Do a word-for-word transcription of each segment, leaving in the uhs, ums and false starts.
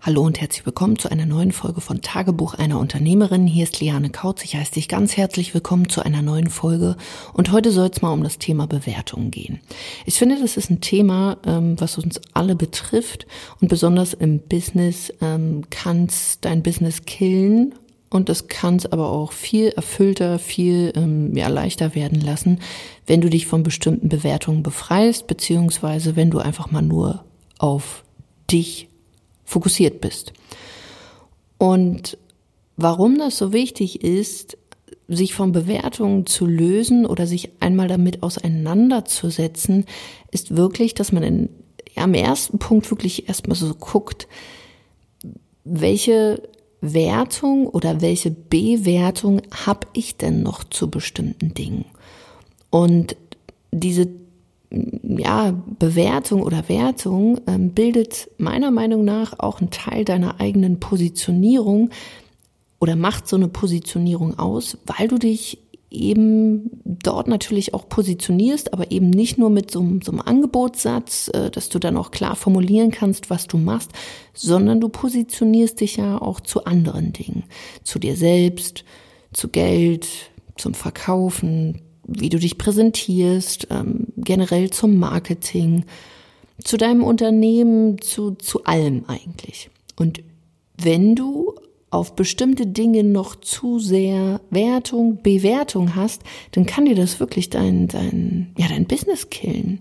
Hallo und herzlich willkommen zu einer neuen Folge von Tagebuch einer Unternehmerin. Hier ist Liane Kautz. Ich heiße dich ganz herzlich willkommen zu einer neuen Folge. Und heute soll es mal um das Thema Bewertungen gehen. Ich finde, das ist ein Thema, ähm, was uns alle betrifft. Und besonders im Business ähm, kann es dein Business killen. Und das kann es aber auch viel erfüllter, viel ähm, ja, leichter werden lassen, wenn du dich von bestimmten Bewertungen befreist, beziehungsweise wenn du einfach mal nur auf dich fokussiert bist. Und warum das so wichtig ist, sich von Bewertungen zu lösen oder sich einmal damit auseinanderzusetzen, ist wirklich, dass man in, ja, am ersten Punkt wirklich erstmal so guckt, welche Wertung oder welche Bewertung habe ich denn noch zu bestimmten Dingen? Und diese ja, Bewertung oder Wertung ähm, bildet meiner Meinung nach auch einen Teil deiner eigenen Positionierung oder macht so eine Positionierung aus, weil du dich eben dort natürlich auch positionierst, aber eben nicht nur mit so, so einem Angebotssatz, äh, dass du dann auch klar formulieren kannst, was du machst, sondern du positionierst dich ja auch zu anderen Dingen, zu dir selbst, zu Geld, zum Verkaufen, wie du dich präsentierst, ähm, generell zum Marketing, zu deinem Unternehmen, zu, zu allem eigentlich. Und wenn du auf bestimmte Dinge noch zu sehr Wertung, Bewertung hast, dann kann dir das wirklich dein, dein, ja, dein Business killen.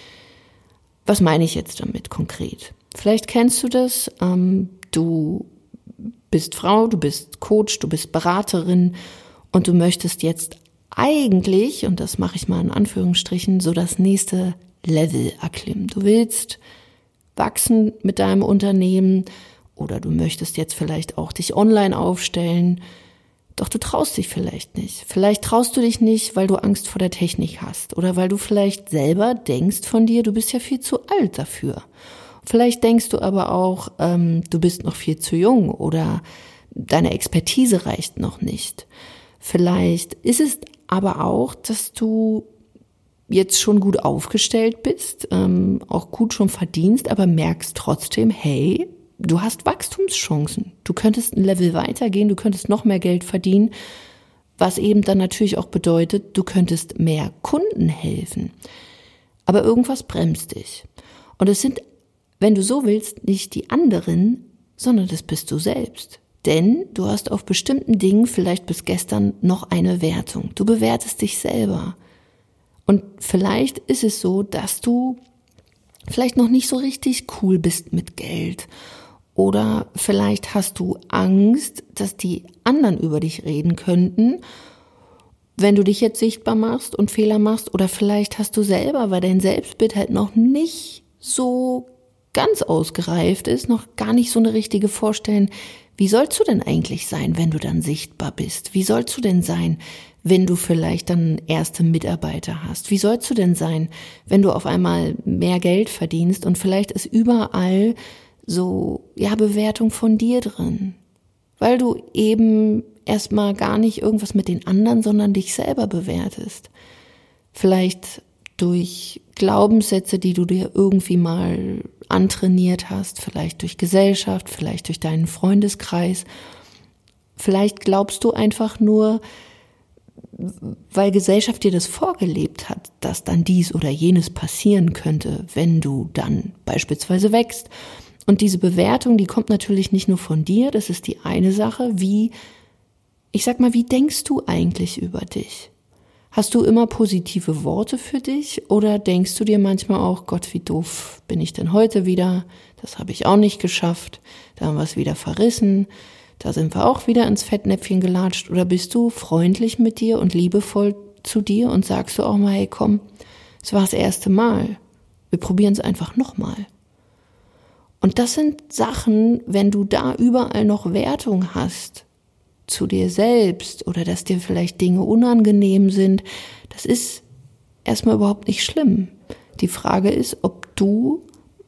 Was meine ich jetzt damit konkret? Vielleicht kennst du das, ähm, du bist Frau, du bist Coach, du bist Beraterin und du möchtest jetzt eigentlich, und das mache ich mal in Anführungsstrichen, so das nächste Level erklimmen. Du willst wachsen mit deinem Unternehmen oder du möchtest jetzt vielleicht auch dich online aufstellen, doch du traust dich vielleicht nicht. Vielleicht traust du dich nicht, weil du Angst vor der Technik hast oder weil du vielleicht selber denkst von dir, du bist ja viel zu alt dafür. Vielleicht denkst du aber auch, ähm, du bist noch viel zu jung oder deine Expertise reicht noch nicht. Vielleicht ist es aber auch, dass du jetzt schon gut aufgestellt bist, ähm, auch gut schon verdienst, aber merkst trotzdem, hey, du hast Wachstumschancen. Du könntest ein Level weitergehen, du könntest noch mehr Geld verdienen, was eben dann natürlich auch bedeutet, du könntest mehr Kunden helfen. Aber irgendwas bremst dich. Und es sind, wenn du so willst, nicht die anderen, sondern das bist du selbst. Denn du hast auf bestimmten Dingen vielleicht bis gestern noch eine Wertung. Du bewertest dich selber. Und vielleicht ist es so, dass du vielleicht noch nicht so richtig cool bist mit Geld. Oder vielleicht hast du Angst, dass die anderen über dich reden könnten, wenn du dich jetzt sichtbar machst und Fehler machst. Oder vielleicht hast du selber, weil dein Selbstbild halt noch nicht so ganz ausgereift ist, noch gar nicht so eine richtige Vorstellung. Wie sollst du denn eigentlich sein, wenn du dann sichtbar bist? Wie sollst du denn sein, wenn du vielleicht dann erste Mitarbeiter hast? Wie sollst du denn sein, wenn du auf einmal mehr Geld verdienst und vielleicht ist überall so, ja, Bewertung von dir drin? Weil du eben erstmal gar nicht irgendwas mit den anderen, sondern dich selber bewertest. Vielleicht durch Glaubenssätze, die du dir irgendwie mal antrainiert hast, vielleicht durch Gesellschaft, vielleicht durch deinen Freundeskreis. Vielleicht glaubst du einfach nur, weil Gesellschaft dir das vorgelebt hat, dass dann dies oder jenes passieren könnte, wenn du dann beispielsweise wächst. Und diese Bewertung, die kommt natürlich nicht nur von dir, das ist die eine Sache, wie, ich sag mal, wie denkst du eigentlich über dich? Hast du immer positive Worte für dich oder denkst du dir manchmal auch, Gott, wie doof bin ich denn heute wieder? Das habe ich auch nicht geschafft. Da haben wir es wieder verrissen. Da sind wir auch wieder ins Fettnäpfchen gelatscht. Oder bist du freundlich mit dir und liebevoll zu dir und sagst du auch mal, hey komm, es war das erste Mal. Wir probieren es einfach nochmal. Und das sind Sachen, wenn du da überall noch Wertung hast, zu dir selbst oder dass dir vielleicht Dinge unangenehm sind, das ist erstmal überhaupt nicht schlimm. Die Frage ist, ob du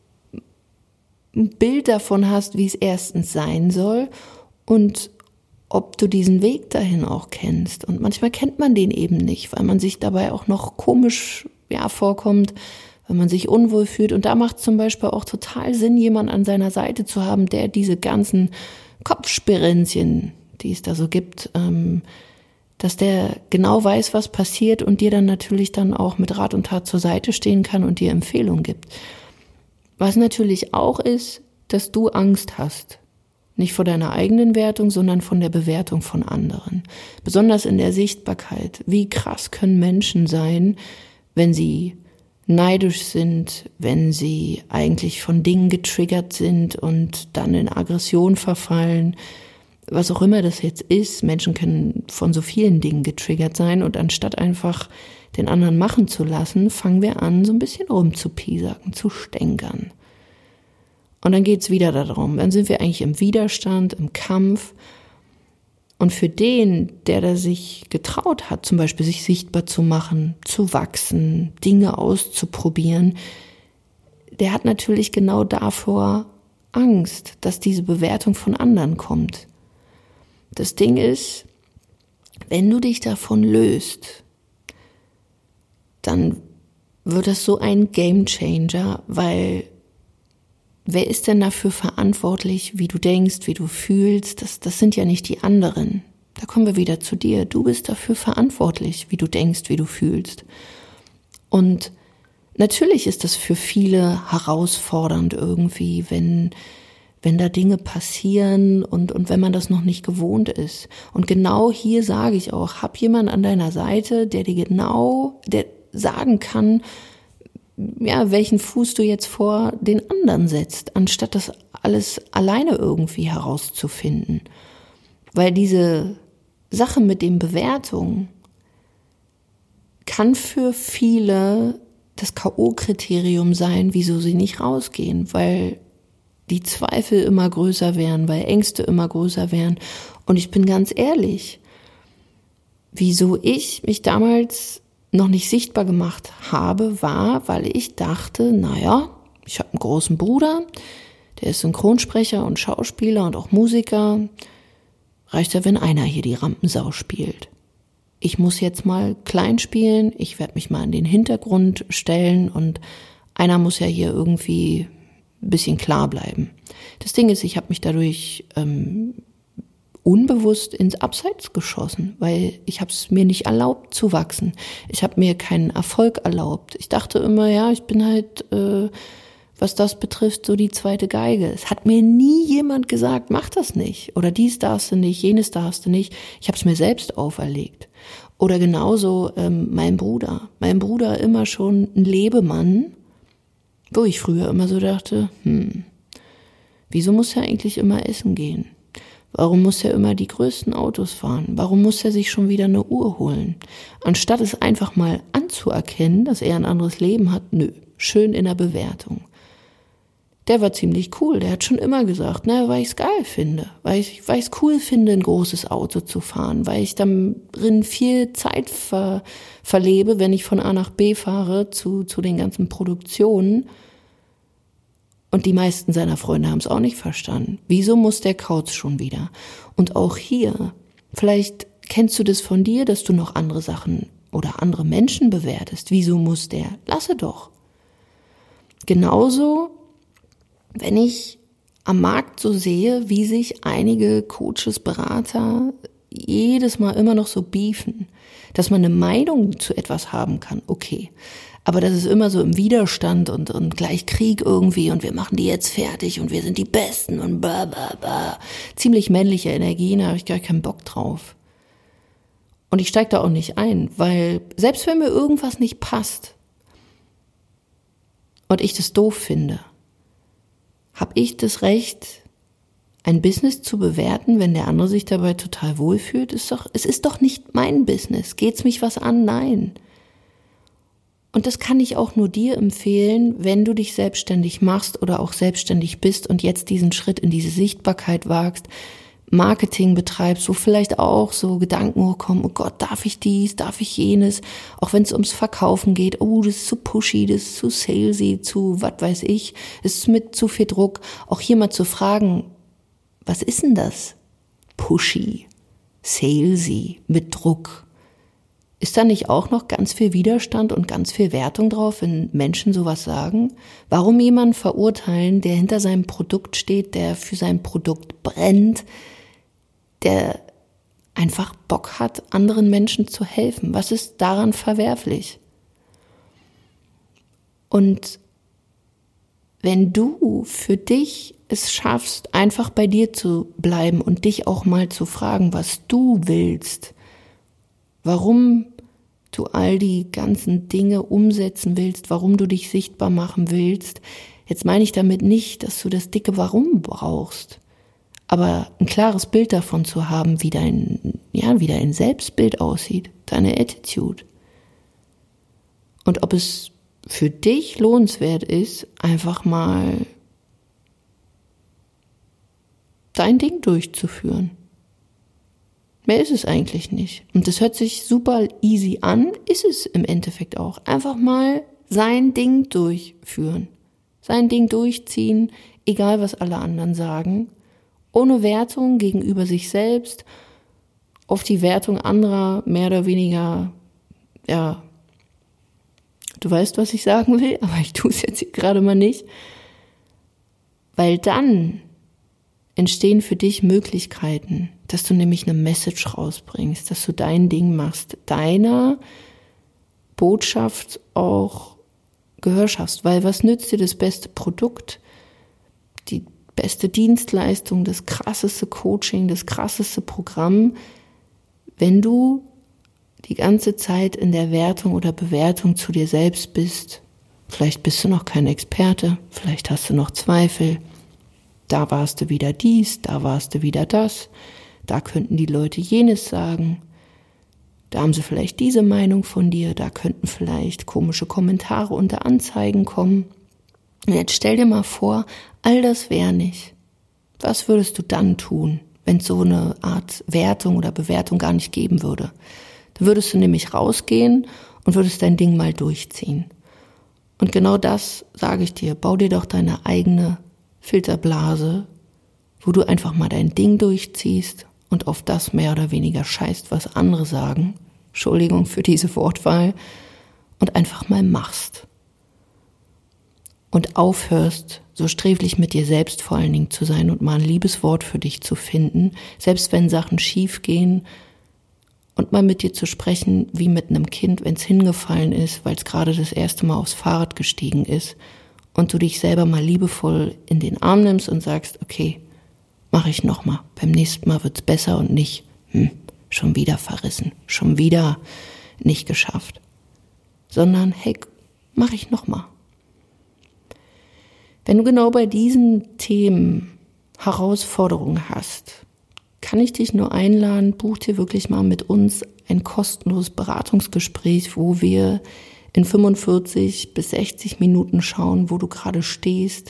ein Bild davon hast, wie es erstens sein soll und ob du diesen Weg dahin auch kennst. Und manchmal kennt man den eben nicht, weil man sich dabei auch noch komisch ja, vorkommt, wenn man sich unwohl fühlt. Und da macht es zum Beispiel auch total Sinn, jemanden an seiner Seite zu haben, der diese ganzen Kopfsperenzchen, die es da so gibt, ähm, dass der genau weiß, was passiert und dir dann natürlich dann auch mit Rat und Tat zur Seite stehen kann und dir Empfehlungen gibt. Was natürlich auch ist, dass du Angst hast. Nicht vor deiner eigenen Wertung, sondern von der Bewertung von anderen. Besonders in der Sichtbarkeit. Wie krass können Menschen sein, wenn sie neidisch sind, wenn sie eigentlich von Dingen getriggert sind und dann in Aggression verfallen. Was auch immer das jetzt ist, Menschen können von so vielen Dingen getriggert sein und anstatt einfach den anderen machen zu lassen, fangen wir an, so ein bisschen rumzupiesacken, zu stänkern. Und dann geht's wieder darum, dann sind wir eigentlich im Widerstand, im Kampf. Und für den, der da sich getraut hat, zum Beispiel sich sichtbar zu machen, zu wachsen, Dinge auszuprobieren, der hat natürlich genau davor Angst, dass diese Bewertung von anderen kommt. Das Ding ist, wenn du dich davon löst, dann wird das so ein Gamechanger, weil wer ist denn dafür verantwortlich, wie du denkst, wie du fühlst? Das, das sind ja nicht die anderen. Da kommen wir wieder zu dir. Du bist dafür verantwortlich, wie du denkst, wie du fühlst. Und natürlich ist das für viele herausfordernd irgendwie, wenn, wenn da Dinge passieren und, und wenn man das noch nicht gewohnt ist. Und genau hier sage ich auch, hab jemanden an deiner Seite, der dir genau, der sagen kann, ja, welchen Fuß du jetzt vor den anderen setzt, anstatt das alles alleine irgendwie herauszufinden. Weil diese Sache mit den Bewertungen kann für viele das K O-Kriterium sein, wieso sie nicht rausgehen, weil die Zweifel immer größer werden, weil Ängste immer größer werden. Und ich bin ganz ehrlich, wieso ich mich damals noch nicht sichtbar gemacht habe, war, weil ich dachte, naja, ich habe einen großen Bruder, der ist Synchronsprecher und Schauspieler und auch Musiker. Reicht ja, wenn einer hier die Rampensau spielt. Ich muss jetzt mal klein spielen, ich werde mich mal in den Hintergrund stellen und einer muss ja hier irgendwie ein bisschen klar bleiben. Das Ding ist, ich habe mich dadurch ähm, unbewusst ins Abseits geschossen, weil ich habe es mir nicht erlaubt zu wachsen. Ich habe mir keinen Erfolg erlaubt. Ich dachte immer, ja, ich bin halt, äh, was das betrifft, so die zweite Geige. Es hat mir nie jemand gesagt, mach das nicht. Oder dies darfst du nicht, jenes darfst du nicht. Ich habe es mir selbst auferlegt. Oder genauso ähm, mein Bruder. Mein Bruder immer schon ein Lebemann, wo ich früher immer so dachte, hm, wieso muss er eigentlich immer essen gehen? Warum muss er immer die größten Autos fahren? Warum muss er sich schon wieder eine Uhr holen? Anstatt es einfach mal anzuerkennen, dass er ein anderes Leben hat, nö, schön in der Bewertung. Der war ziemlich cool, der hat schon immer gesagt, ne, weil ich es geil finde, weil ich weil ich es cool finde, ein großes Auto zu fahren, weil ich darin viel Zeit ver, verlebe, wenn ich von A nach B fahre, zu, zu den ganzen Produktionen. Und die meisten seiner Freunde haben es auch nicht verstanden. Wieso muss der Kauz schon wieder? Und auch hier, vielleicht kennst du das von dir, dass du noch andere Sachen oder andere Menschen bewertest. Wieso muss der? Lasse doch. Genauso, wenn ich am Markt so sehe, wie sich einige Coaches, Berater jedes Mal immer noch so beefen, dass man eine Meinung zu etwas haben kann, okay. Aber das ist immer so im Widerstand und, und gleich Krieg irgendwie und wir machen die jetzt fertig und wir sind die Besten und bla bla bla. Ziemlich männliche Energien, da habe ich gar keinen Bock drauf. Und ich steige da auch nicht ein, weil selbst wenn mir irgendwas nicht passt und ich das doof finde, habe ich das Recht, ein Business zu bewerten, wenn der andere sich dabei total wohlfühlt? Ist doch, es ist doch nicht mein Business. Geht's mich was an? Nein. Und das kann ich auch nur dir empfehlen, wenn du dich selbstständig machst oder auch selbstständig bist und jetzt diesen Schritt in diese Sichtbarkeit wagst, Marketing betreibst, wo vielleicht auch so Gedanken hochkommen, oh Gott, darf ich dies, darf ich jenes, auch wenn es ums Verkaufen geht, oh, das ist zu pushy, das ist zu salesy, zu was weiß ich, das ist mit zu viel Druck. Auch hier mal zu fragen, was ist denn das? Pushy, salesy, mit Druck. Ist da nicht auch noch ganz viel Widerstand und ganz viel Wertung drauf, wenn Menschen sowas sagen? Warum jemanden verurteilen, der hinter seinem Produkt steht, der für sein Produkt brennt, der einfach Bock hat, anderen Menschen zu helfen? Was ist daran verwerflich? Und wenn du für dich es schaffst, einfach bei dir zu bleiben und dich auch mal zu fragen, was du willst, warum du all die ganzen Dinge umsetzen willst, warum du dich sichtbar machen willst. Jetzt meine ich damit nicht, dass du das dicke Warum brauchst, aber ein klares Bild davon zu haben, wie dein, ja, wie dein Selbstbild aussieht, deine Attitude. Und ob es für dich lohnenswert ist, einfach mal dein Ding durchzuführen. Mehr ist es eigentlich nicht. Und das hört sich super easy an, ist es im Endeffekt auch. Einfach mal sein Ding durchführen. Sein Ding durchziehen, egal was alle anderen sagen. Ohne Wertung gegenüber sich selbst, auf die Wertung anderer mehr oder weniger, ja, du weißt, was ich sagen will, aber ich tue es jetzt hier gerade mal nicht. Weil dann entstehen für dich Möglichkeiten, dass du nämlich eine Message rausbringst, dass du dein Ding machst, deiner Botschaft auch Gehör schaffst. Weil was nützt dir das beste Produkt, die beste Dienstleistung, das krasseste Coaching, das krasseste Programm, wenn du die ganze Zeit in der Wertung oder Bewertung zu dir selbst bist? Vielleicht bist du noch kein Experte, vielleicht hast du noch Zweifel. Da warst du wieder dies, da warst du wieder das, da könnten die Leute jenes sagen, da haben sie vielleicht diese Meinung von dir, da könnten vielleicht komische Kommentare unter Anzeigen kommen. Und jetzt stell dir mal vor, all das wäre nicht. Was würdest du dann tun, wenn es so eine Art Wertung oder Bewertung gar nicht geben würde? Da würdest du nämlich rausgehen und würdest dein Ding mal durchziehen. Und genau das sage ich dir, bau dir doch deine eigene Filterblase, wo du einfach mal dein Ding durchziehst und auf das mehr oder weniger scheißt, was andere sagen. Entschuldigung für diese Wortwahl. Und einfach mal machst. Und aufhörst, so sträflich mit dir selbst vor allen Dingen zu sein und mal ein liebes Wort für dich zu finden, selbst wenn Sachen schief gehen, und mal mit dir zu sprechen, wie mit einem Kind, wenn es hingefallen ist, weil es gerade das erste Mal aufs Fahrrad gestiegen ist, und du dich selber mal liebevoll in den Arm nimmst und sagst, okay, mache ich nochmal. Beim nächsten Mal wird's besser und nicht, hm, schon wieder verrissen, schon wieder nicht geschafft. Sondern, hey, mache ich nochmal. Wenn du genau bei diesen Themen Herausforderungen hast, kann ich dich nur einladen, buch dir wirklich mal mit uns ein kostenloses Beratungsgespräch, wo wir in fünfundvierzig bis sechzig Minuten schauen, wo du gerade stehst,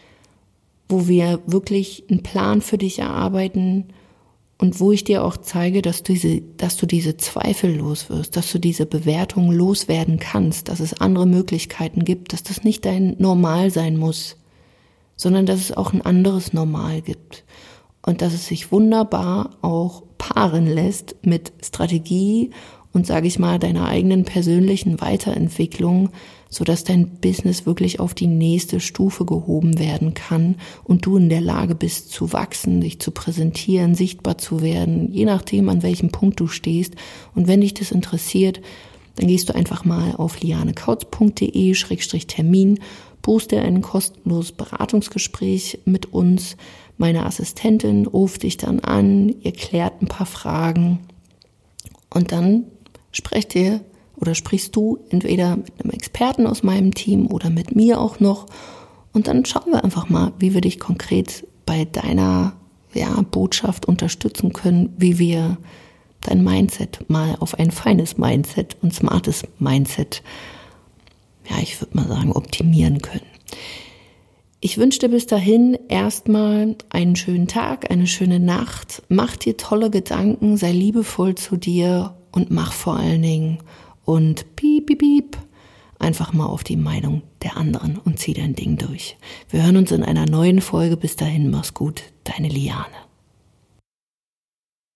wo wir wirklich einen Plan für dich erarbeiten und wo ich dir auch zeige, dass du diese, dass du diese Zweifel los wirst, dass du diese Bewertung loswerden kannst, dass es andere Möglichkeiten gibt, dass das nicht dein Normal sein muss, sondern dass es auch ein anderes Normal gibt und dass es sich wunderbar auch paaren lässt mit Strategie und, sage ich mal, deiner eigenen persönlichen Weiterentwicklung, sodass dein Business wirklich auf die nächste Stufe gehoben werden kann und du in der Lage bist zu wachsen, dich zu präsentieren, sichtbar zu werden, je nachdem, an welchem Punkt du stehst. Und wenn dich das interessiert, dann gehst du einfach mal auf lianekautz punkt de Schrägstrich Termin, buchst dir ein kostenloses Beratungsgespräch mit uns. Meine Assistentin ruft dich dann an, ihr klärt ein paar Fragen und dann sprecht ihr oder sprichst du entweder mit einem Experten aus meinem Team oder mit mir auch noch und dann schauen wir einfach mal, wie wir dich konkret bei deiner ja, Botschaft unterstützen können, wie wir dein Mindset mal auf ein feines Mindset und smartes Mindset, ja, ich würde mal sagen, optimieren können. Ich wünsche dir bis dahin erstmal einen schönen Tag, eine schöne Nacht. Mach dir tolle Gedanken, sei liebevoll zu dir und mach vor allen Dingen und piep, piep, piep, einfach mal auf die Meinung der anderen und zieh dein Ding durch. Wir hören uns in einer neuen Folge. Bis dahin, mach's gut, deine Liane.